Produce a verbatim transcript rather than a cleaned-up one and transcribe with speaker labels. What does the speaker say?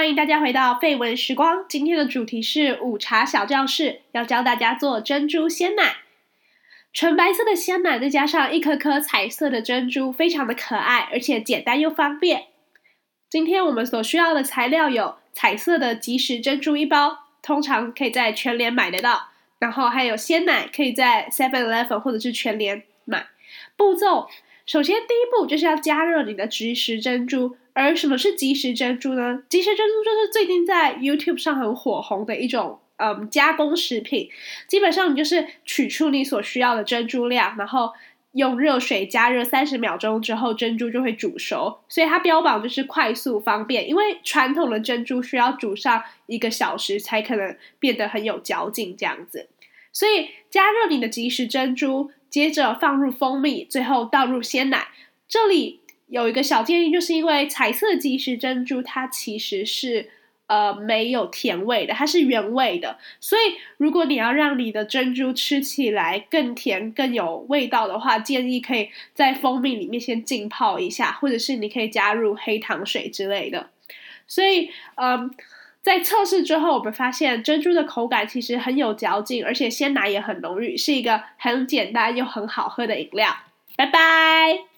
Speaker 1: 欢迎大家回到废文时光，今天的主题是午茶小教室，要教大家做珍珠鲜奶。纯白色的鲜奶再加上一颗颗彩色的珍珠，非常的可爱，而且简单又方便。今天我们所需要的材料有彩色的即食珍珠一包，通常可以在全联买得到，然后还有鲜奶可以在 seven eleven 或者是全联买。步骤，首先第一步就是要加热你的即食珍珠。而什么是即食珍珠呢？即食珍珠就是最近在 YouTube 上很火红的一种嗯加工食品，基本上你就是取出你所需要的珍珠量，然后用热水加热三十秒钟之后，珍珠就会煮熟，所以它标榜就是快速方便，因为传统的珍珠需要煮上一个小时才可能变得很有嚼劲这样子。所以加热你的即食珍珠，接着放入蜂蜜，最后倒入鲜奶。这里有一个小建议，就是因为彩色即食珍珠它其实是呃没有甜味的，它是原味的，所以如果你要让你的珍珠吃起来更甜更有味道的话，建议可以在蜂蜜里面先浸泡一下，或者是你可以加入黑糖水之类的。所以嗯在测试之后，我们发现珍珠的口感其实很有嚼劲，而且鲜奶也很浓郁，是一个很简单又很好喝的饮料。拜拜。